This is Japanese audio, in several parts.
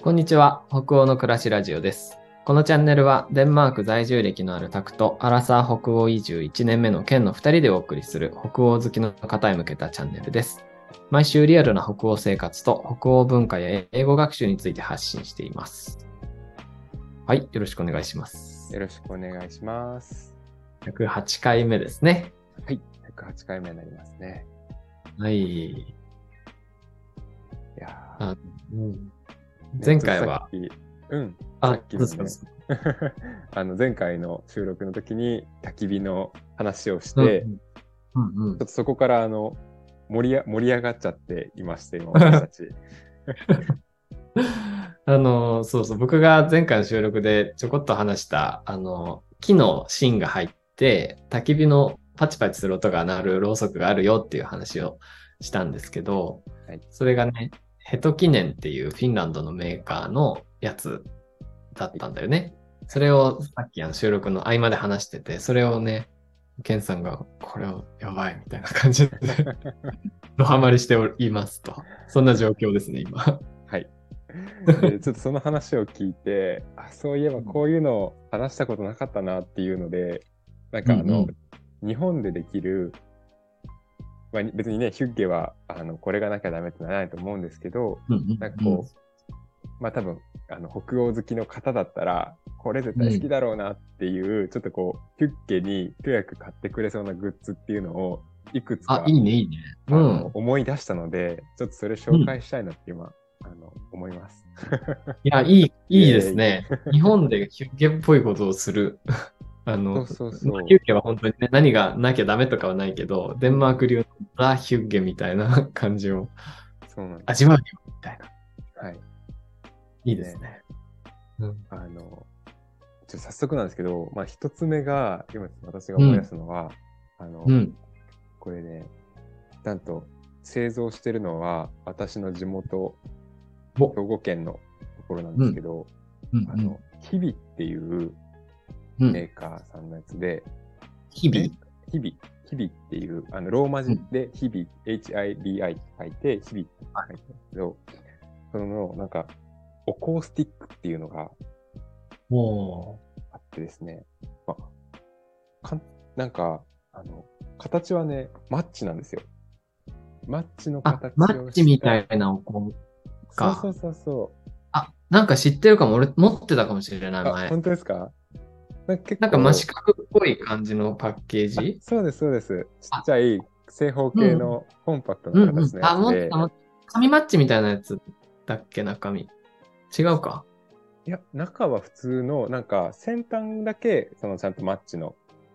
こんにちは。北欧の暮らしラジオです。このチャンネルはデンマーク在住歴のあるタクとアラサー北欧移住1年目の県の2人でお送りする北欧好きの方へ向けたチャンネルです。毎週リアルな北欧生活と北欧文化や英語学習について発信しています。はい、よろしくお願いします。 よろしくお願いします。 108回目ですね。 はい、108回目になりますね。 はい。いや前回は、 さっきのね、前回の収録の時に焚き火の話をして、ちょっとそこから盛り上がっちゃっていまして、今私たち。 そうそう、僕が前回の収録でちょこっと話した、木の芯が入って、焚き火のパチパチする音が鳴るろうそくがあるよっていう話をしたんですけど、 はい、 それがね、ヘト記念っていうフィンランドのメーカーのやつだったんだよね。それをさっき収録の合間で話してて、それをね、ケンさんが、これをやばいみたいな感じで、ドハマりしていますと。そんな状況ですね、今。 はい。で、ちょっとその話を聞いて、そういえばこういうのを話したことなかったなっていうので、なんか日本でできる、別にね、ヒュッゲはこれがなきゃダメってならないと思うんですけど、なんかこう、多分北欧好きの方だったらこれ絶対好きだろうなっていう、ちょっとこうヒュッゲに一役買ってくれそうなグッズっていうのをいくつかいいね、いいね。 思い出したので、ちょっとそれ紹介したいなって今、思います。 いや、いいですね。日本でヒュッゲっぽいことをする。ヒュッゲは本当にね、何がなきゃダメとかはないけど、デンマーク流のザ・ヒュッゲみたいな感じを味わうよみたいな。 はい。 いいですね。 早速なんですけど、一つ目が、今私が思い出すのは、これね、なんと製造してるのは私の地元、兵庫県のところなんですけど、ヒビっていうメーカーさんのやつで、 ヒビっていう、ローマ字でヒビ、HIBI って書いて、ヒビって書いてるんですけど、その、なんか、オコースティックっていうのがあってですね、なんか、形はね、マッチなんですよ。マッチの形をした。 マッチみたいなお香か。 そう。 なんか知ってるかも。俺持ってたかもしれない、前。 本当ですか？ なんか真四角っぽい感じのパッケージ？ そうです。ちっちゃい正方形のコンパクトな形のやつで。 紙マッチみたいなやつだっけ、中身。違うか？ いや、中は普通の、なんか先端だけ、ちゃんとマッチの。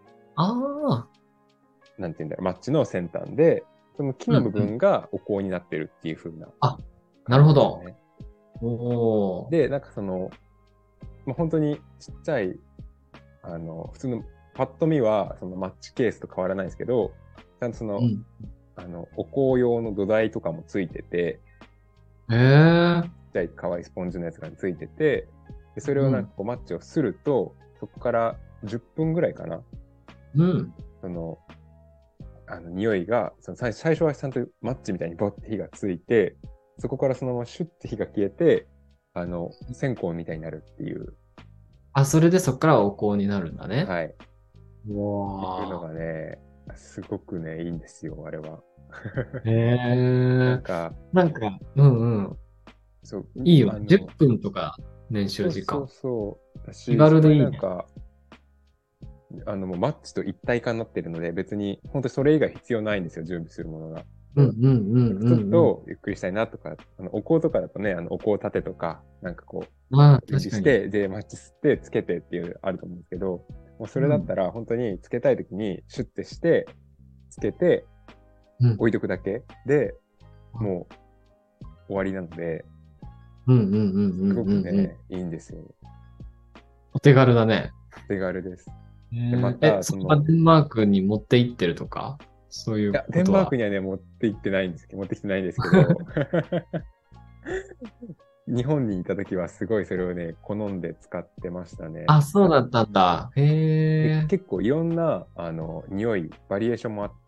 なんていうんだろう、マッチの先端で、その木の部分がお香になってるっていう風な、 なるほど。 で、なんか本当にちっちゃい、普通のパッと見はそのマッチケースと変わらないですけど、ちゃんとお香用の土台とかもついてて、ちっちゃい可愛いスポンジのやつがついてて、でそれをなんかこうマッチをすると、そこから10分ぐらいかな。匂いが、最初はちゃんとマッチみたいにボッて火がついて、そこからそのままシュッて火が消えて、線香みたいになるっていう。 それでそこからお香になるんだね。 はい。っていうのがね、すごくね、いいんですよ、あれは。なんか、 そう。いいよ。10分とか燃焼時間。 気軽でいい、ね。もうマッチと一体化になっているので、別に本当にそれ以外必要ないんですよ、準備するものが。ちょっとゆっくりしたいなとか、お香とかだとね、お香立てとか、なんかこう、準備して、で、マッチ吸ってつけてっていうあると思うんですけど、もうそれだったら本当につけたい時にシュッてして、つけて、置いとくだけで、もう終わりなので、すごくね、いいんですよ。 お手軽だね。 お手軽です。 でまたそこはデンマークに持って行ってるとか、そういうことは。 デンマークにはね、持ってきてないんですけど、日本にいた時はすごいそれをね、好んで使ってましたね。 そうだったんだ。 結構いろんな、匂い、バリエーションもあって、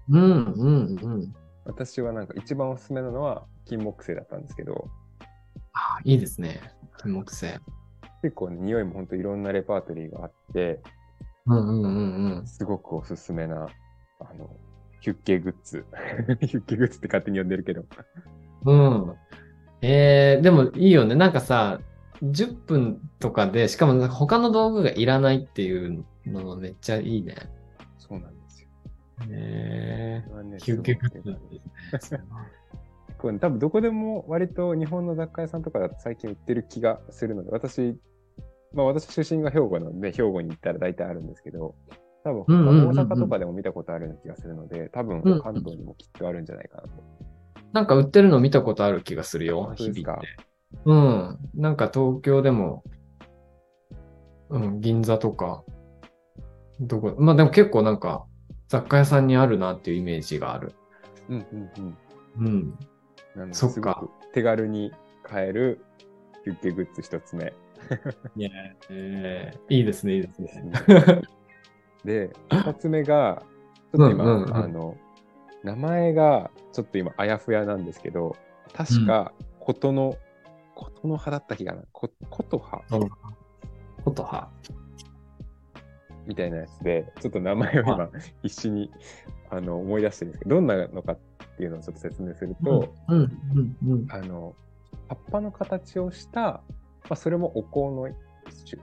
私はなんか一番おすすめなのは金木犀だったんですけど、 あ、いいですね。金木犀。 結構ね、匂いも本当いろんなレパートリーがあって、 うんうんうんうん。 すごくおすすめな、ヒュッケグッズ。ヒュッケグッズって勝手に呼んでるけど。 うん。でもいいよね。なんかさ、10分とかで、しかもなんか他の道具がいらないっていうのめっちゃいいね。 そうなんですよ。 えこれはね、 休憩グッズすごくですね。 これ多分どこでも割と日本の雑貨屋さんとかだと最近売ってる気がするので、私出身が兵庫なので、兵庫に行ったら大体あるんですけど、多分うんうん大うんうん。 阪とかでも見たことあるような気がするので、多分うんうん。 関東にもきっとあるんじゃないかなと。 なんか売ってるの見たことある気がするよ、 本当ですか？ 日々って。うん。なんか東京でも、うん、銀座とか、まあでも結構なんか雑貨屋さんにあるなっていうイメージがある。 うんうんうん。 うん。 なので、 そっか。 すごく手軽に買えるヒュッケグッズ一つ目いや、いいですね、いいですね。 ですね。で、二つ目が、ちょっうんうと今、 んうん。 名前がちょっと今あやふやなんですけど、 うん。 確か琴の葉だった気がな。琴葉そう。ことは。 みたいなやつで、ちょっと名前をは今必死に思い出してるんですけど、どんなのかっていうのをちょっと説明するうん、 と、 うん、うん、うん。 葉っぱの形をした、それもお香の一種。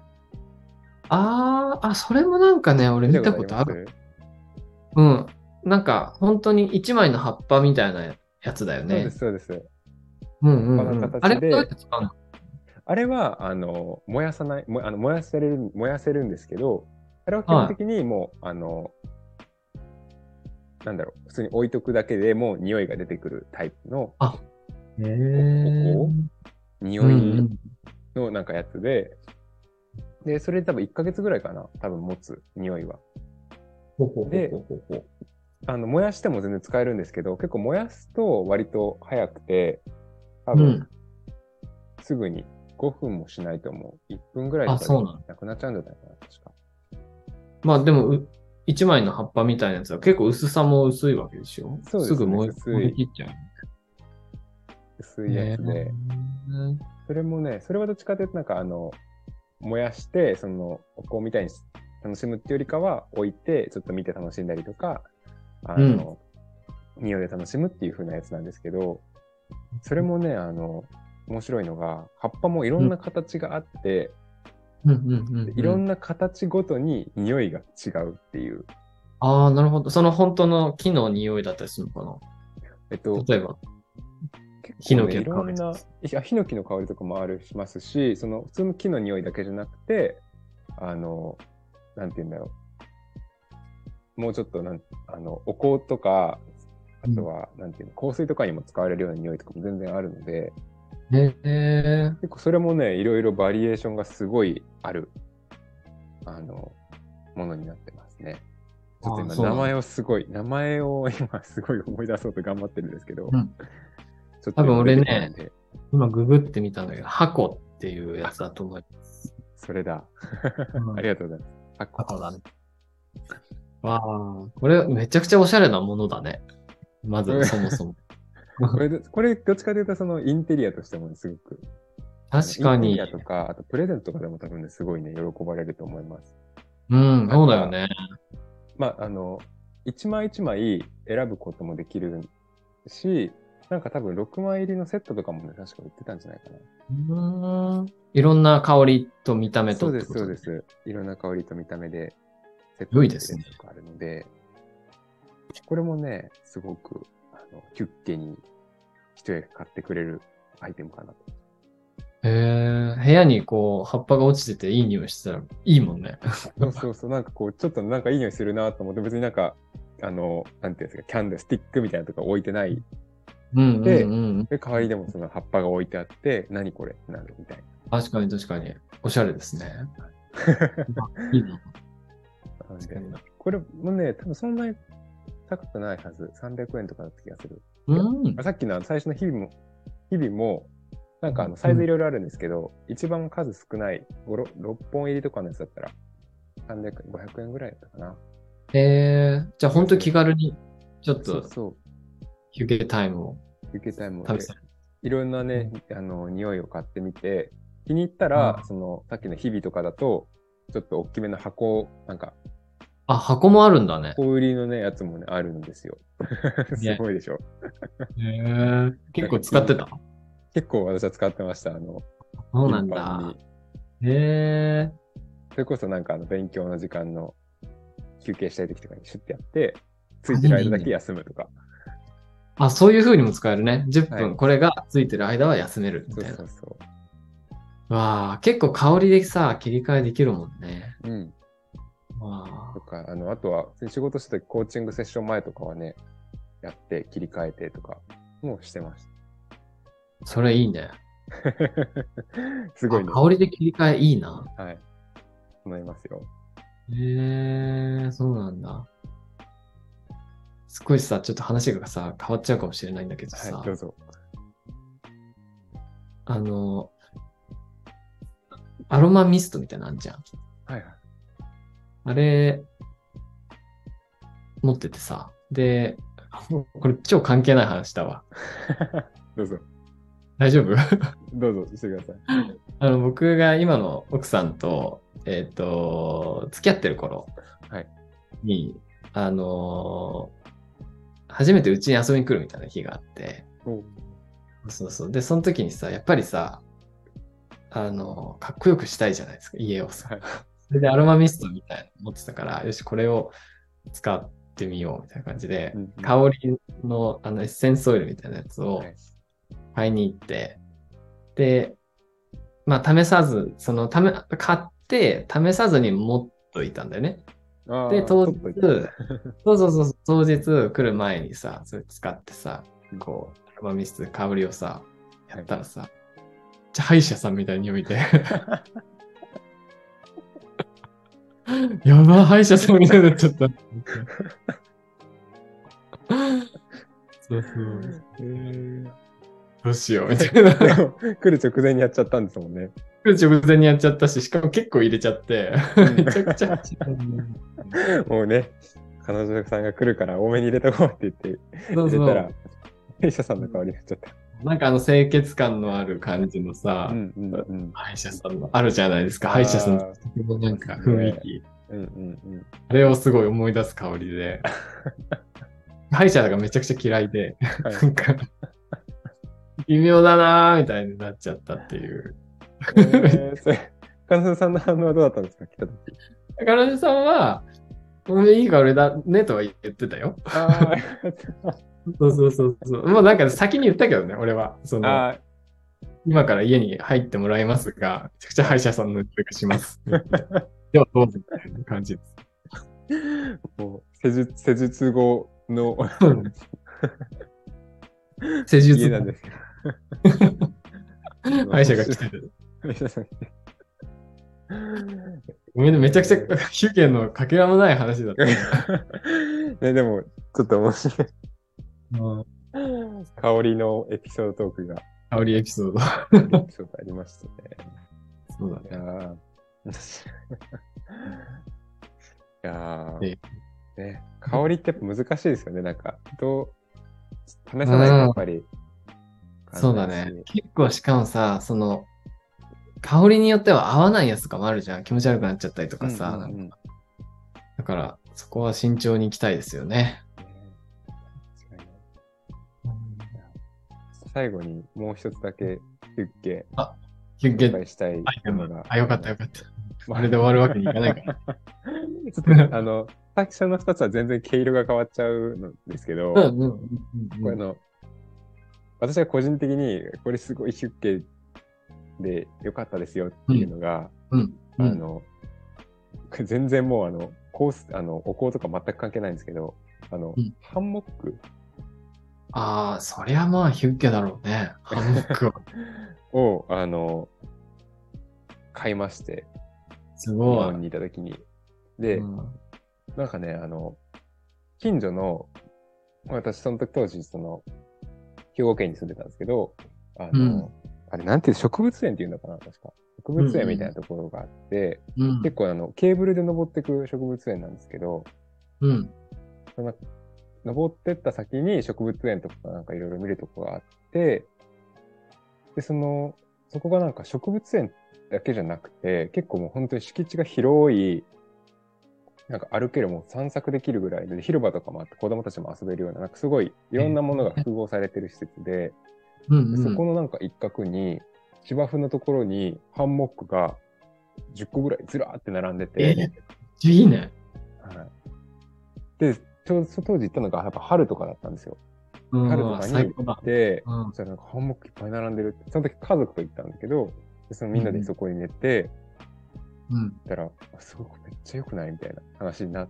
それもなんかね、俺見見たことたことある。 あります？ うん。なんか、本当に一枚の葉っぱみたいなやつだよね。 そうです、そうです。 うん、 葉っぱのうん、うん。あれどうやっ形で、 て使うの？ あれは、燃やさない、燃やせるんですけど、あれは基本は的にもう、普通に置いとくだけでもう匂いが出てくるタイプのあ、へおえ。 香うん、う匂いん。 のなんかやつで、で、それで多分1ヶ月ぐらいかな、多分持つ匂いは。 ほほほで、 ほほほ。 燃やしても全然使えるんですけど、結構燃やすと割と早くて、多分うん。 すぐに5分もしないと思う。1分ぐらいとあ、 かでそうなの。 なくなっちゃうんじゃないかな、確か。 まあでも、一枚の葉っぱみたいなやつは結構薄さも薄いわけでしょ？ そうですね、 すぐ燃え切っちゃう。 薄いやへえ。 つで、それもね、それはどっちかというと燃やして、そのお香みたいに楽しむっていうよりかは、置いて、ちょっと見て楽しんだりとか、 うん。 匂いで楽しむっていう風なやつなんですけど、それもね、面白いのが、葉っぱもいろうん。 んな形があって、 うん。うん。うん。うん。 いろんな形ごとに匂いが違うっていう。 ああ、なるほど。その本当の木の匂いだったりするのかえっと、 な？例えば、ヒ結構ね、いノキの香り。 ろんな、ヒノキの香りとかもありますし、その普通の木の匂いだけじゃなくて、あの、なんて言うんだろう。もうちょっとお香とか、あうん。 とは、なんていうの、香水とかにも使われるような匂いとかも全然あるので、 へえ。 結構それもね、いろいろバリエーションがすごいある、あの、ものになってますね。ちょっとああ、 今、 そうなんだ。 名前を今すごい思い出そうと頑張ってるんですけど、 うん。多分ちょっと今出俺ね、 てこないんで、 今ググってみたんだけど、箱っていうやあ、 つだと思います。 それだ。 うあん。 りがとうございます。 箱だね。わあ、これめちゃくちゃおしゃれなものだね。まず、 これ、 そもそも。 これどっちかというと、そのインテリアとしてもね、すごく、インテリ確かに。 アとか、あとプレゼントとかでも多分ね、すごいね、喜ばれると思います。 うん、 なんか、 そうだよね。 まあ、一枚一枚選ぶこともできるし、なんか多分6枚入りのセットとかもね、確か売ってたんじゃないかな。 いろんな香りと見た目そうです、 とってことね。 そうです。いろんな香りと見た目でセットで売ってる良いですね。 やつとかあるので、これもね、すごく、キュッケに一役買ってくれるアイテムかなと。 部屋にこう、葉っぱが落ちてていい匂いしてたらいいもんね。 そうそうそう、なんかこう、ちょっとなんかいい匂いするなと思って、別になんか、なんていうんですか、キャンドル、スティックみたいなとか置いてないうんうんで、 うん。 で、代わりでもその葉っぱが置いてあって、何これってなるみたい確かに確かに。おしゃれですね。 な。 いいな。 なんで、 確かにな。 これもね、多分そんなに高くないはず。300円とかだった気がする。いや、 うん。 さっきの最初の日々も、なんかサイズいうん。 ろいろあるんですけど、一番数少ない6本入りとかのやつだったら、300円、500円ぐらいだったかな。 じゃあ本当気がする。 気軽に、ちょっと、 そうそう。 休憩タイムを受けたいもんで、 試せる。 いろんなね、匂いを買ってみて、気に入ったら、さっきの日々とかだと、ちょっと大きめの箱、なんか、 あ、箱もあるんだね。 箱売りのね、やつもね、あるんですよ。すごいでしょ。 結構使ってた？ 結構私は使ってました。 そうな頻んだ。 繁に。 へえ。 それこそなんか勉強の時間の休憩したい時とかにシュッてやって、ついてる間だけ休むとか。 あ、そういう風にも使えるね。10分、 はい。 これがついてる間は休めるみそうたいな。 そうそわあ、結構香りでさ、切り替えできるもんね。 う。うん。 わあ、 とか、あとは、仕事しててコーチングセッション前とかはね、やって切り替えてとかもしてましそれいいね。 た。すごあ、 いね。 香りで切り替えいいな。 はい。思いますよ。 へえ、そうなんだ。少しさ、ちょっと話がさ、変わっちゃうかもしれないんだけどはい、どさ、 うぞ。 あの、アロマミストみたいなのあんじゃん。 はいはい。 あれ、持っててさ、で、これ超関係ない話だわ。 どうぞ。 大丈夫？ どうぞしてください。 僕が今の奥さんと、付き合ってる頃はい。 に、初めてうちに遊びに来るみたいな日があって、 おそうそう。で、その時にさ、やっぱりさ、かっこよくしたいじゃないですか、家をさ。 はい。 それでアロマミストみたいなの持ってたから、よし、これを使ってみようみたいな感じで、 うんうん香りのエッセンスオイルみたいなやつをはい買いに行って、で、まあ試さず、買って試さずに持っといたんだよね。で、 ああ、 当日、 取っといた。 そうそうそう、当日来る前にさ、それ使ってさ、 うんこう、アロマミストで香りをさ、やはいったらさ、じゃ歯医者さんみたいに匂いて、やば、歯医者さんみたいになっちゃった。そうそう。どうしようみたいな。 でも、来る直前にやっちゃったんですもんね。 来る直前にやっちゃったし、しかも結構入れちゃって、めちゃくちゃ。 もうね、彼女さんが来るから多めに入れとこうって言って、 そう入れたら、 そ歯医者さんの香りになっちゃった。 う。なんか清潔感のある感じのさ、 うんうんうん。 歯医者さんのあるじゃないですか。歯医者さんのなんか雰囲気。 うんうんうん。 あれをすごい思い出す香りで、歯医者がめちゃくちゃ嫌いで、 はいなんか、微妙だなーみたいになっちゃったっていう。 それ、彼女さんの反応はどうだったんですか来た時。 彼女さんは、いい香りだねとは言ってたよ。 あそうそうそうそう。もうなんか先に言ったけどね、俺は。 あ、 今から家に入ってもらいますが、めちゃくちゃ歯医者さんの匂いがします。ではどうぞみたいな感じです。 もう施術後の施術家なんですけど。 歯医者が来てる。 歯医者さんごめんね、めちゃくちゃヒュゲのかけらもない話だった。 ね、でも、ちょっと面白い。 うん香りのエピソードトークが、 香りエピソード。 エピソードありましたね。 そうだいやね。 ーいやえね、香りってやっぱ難しいですよね。なんか、試さないとやっぱりそうだね。結構しかもさ、香りによっては合わないやつとかもあるじゃん。気持ち悪くなっちゃったりとかさ。 うんうんうん、 だから、そこは慎重に行きたいですよね。 最後にもう一つだけヒュッケヒュッゲ紹介したいものが。 よかったよかった。あれで終わるわけにいかないから。 ちょっと最初の2つは全然毛色が変わっちゃうんですけど、これ私は個人的にこれすごいヒュッケで良かったですよっていうのが、これ全然もうコース、お香とか全く関係ないんですけど、ハンモックああ、そりゃまあヒュッゲだろうね。ハンモックは。 を、買いまして、 すごい。 日本にいた時に。で、なんかね、近所の、私その時当時、兵庫県に住んでたんですけど、あれ、なんていう植物園っていうのかな、確か。植物園みたいなところがあって、結構ケーブルで登っていく植物園なんですけど、登ってった先に植物園とかなんかいろいろ見るとこがあって、 で、そこがなんか植物園だけじゃなくて、結構もう本当に敷地が広い、なんか歩けるもう散策できるぐらいで、広場とかもあって子供たちも遊べるような、なんかすごいいろんなものが複合されてる施設で、でそこのなんか一角に、芝生のところにハンモックが10個ぐらいずらーって並んでて、 いいね。 はい。で、ちょうど当時行ったのがやっぱ春とかだったんですよ。春とかに行って、そしたらなんかハンモックいっぱい並んでるって、その時家族と行ったんだけど、でみんなでそこに寝て、たら、すごくめっちゃ良くないみたいな話になって、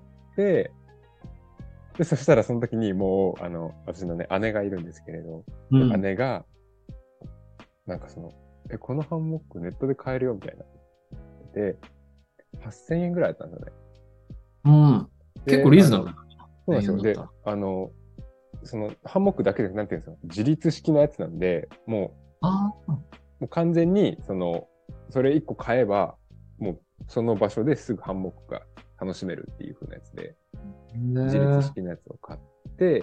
で、そしたらその時にもう、私のね、姉がいるんですけれど、姉が、なんかこのハンモックネットで買えるよみたいな。で、8000円ぐらいだったんですよね。 結構リーズナブル。 そうなんですよ。で、ハンモックだけで、なんていうんですか、自立式のやつなんで、もう完全に、それ1個買えば、もうその場所ですぐハンモックが楽しめるっていう風なやつで、自立式のやつを買って、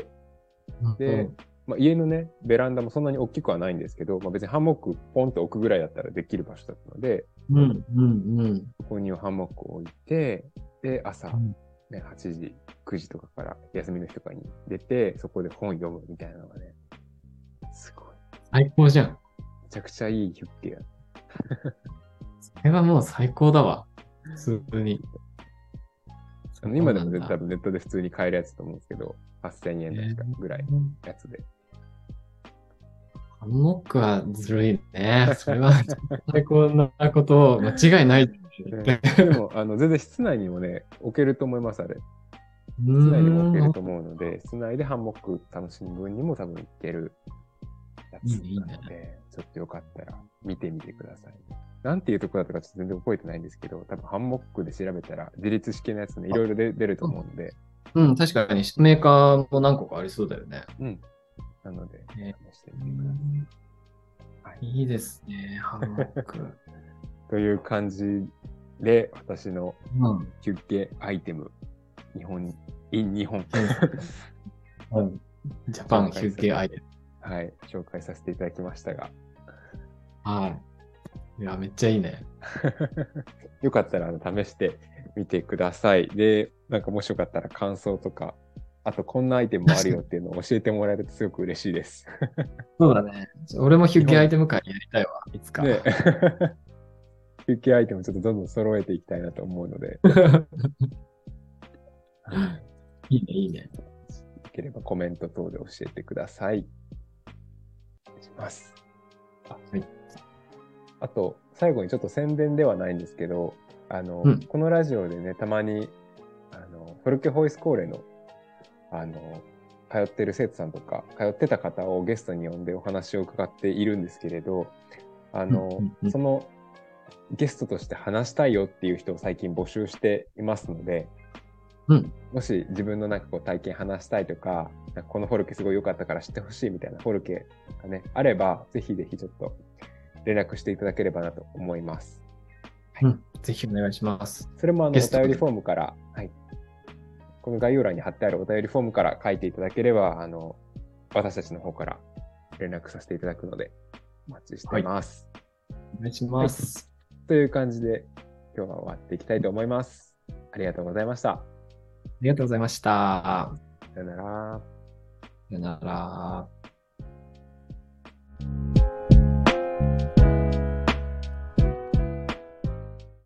で、家のね、ベランダもそんなに大きくはないんですけど、別にハンモックポンと置くぐらいだったらできる場所だったので、そこにハンモックを置いて、で、朝、ね、8時、9時とかから休みの日とかに出て、そこで本読むみたいなのがね、すごい。 最高じゃん。 めちゃくちゃいいヒュッケや。 それはもう最高だわ。普通に。 今でも多分ネットで普通に買えるやつと思うんですけど、8000円確かぐらいのやつで。 ハンモックはずるいね。それは最高なこと間違いない。 でも、全然室内にもね、置けると思います、あれ。室内にも置けると思うので、室内でハンモック楽しむ分にも多分いけるやつなので、ちょっとよかったら見てみてください。なんていうとこだったかちょっと全然覚えてないんですけど、多分ハンモックで調べたら自立式のやつね、いろいろ出ると思うので。 確かにメーカーも何個かありそうだよね。 なので、試してみてください。 いいですね、ハンモック。 という感じで、私のヒュッケアイテム、日本。ジャパンヒュッケアイテム。 はい、紹介させていただきましたが。 はい。いや、めっちゃいいね。 よかったら試してみてください。で、なんかもしよかったら感想とか、あとこんなアイテムもあるよっていうのを教えてもらえるとすごく嬉しいです。 そうだね。俺もヒュッケアイテム会やりたいわ、いつか。 ねヒュッケアイテムちょっとどんどん揃えていきたいなと思うので。 いいね、いいね。 よければコメント等で教えてください。お願いします。あと、最後にちょっと宣伝ではないんですけど、このラジオでね、たまに、フォルケホイスコーレの、通ってる生徒さんとか、通ってた方をゲストに呼んでお話を伺っているんですけれど、そのゲストとして話したいよっていう人を最近募集していますので、もし自分のなんかこう体験話したいとか、このフォルケすごい良かったから知ってほしいみたいなフォルケがね、あれば、ぜひぜひちょっと連絡していただければなと思います。 ぜひお願いします。 それもお便りフォームから、この概要欄に貼ってあるお便りフォームから書いていただければ、私たちの方から連絡させていただくので、お待ちしています。 お願いします。 という感じで、今日は終わっていきたいと思います。ありがとうございました。 ありがとうございました。 さよなら。 さよなら。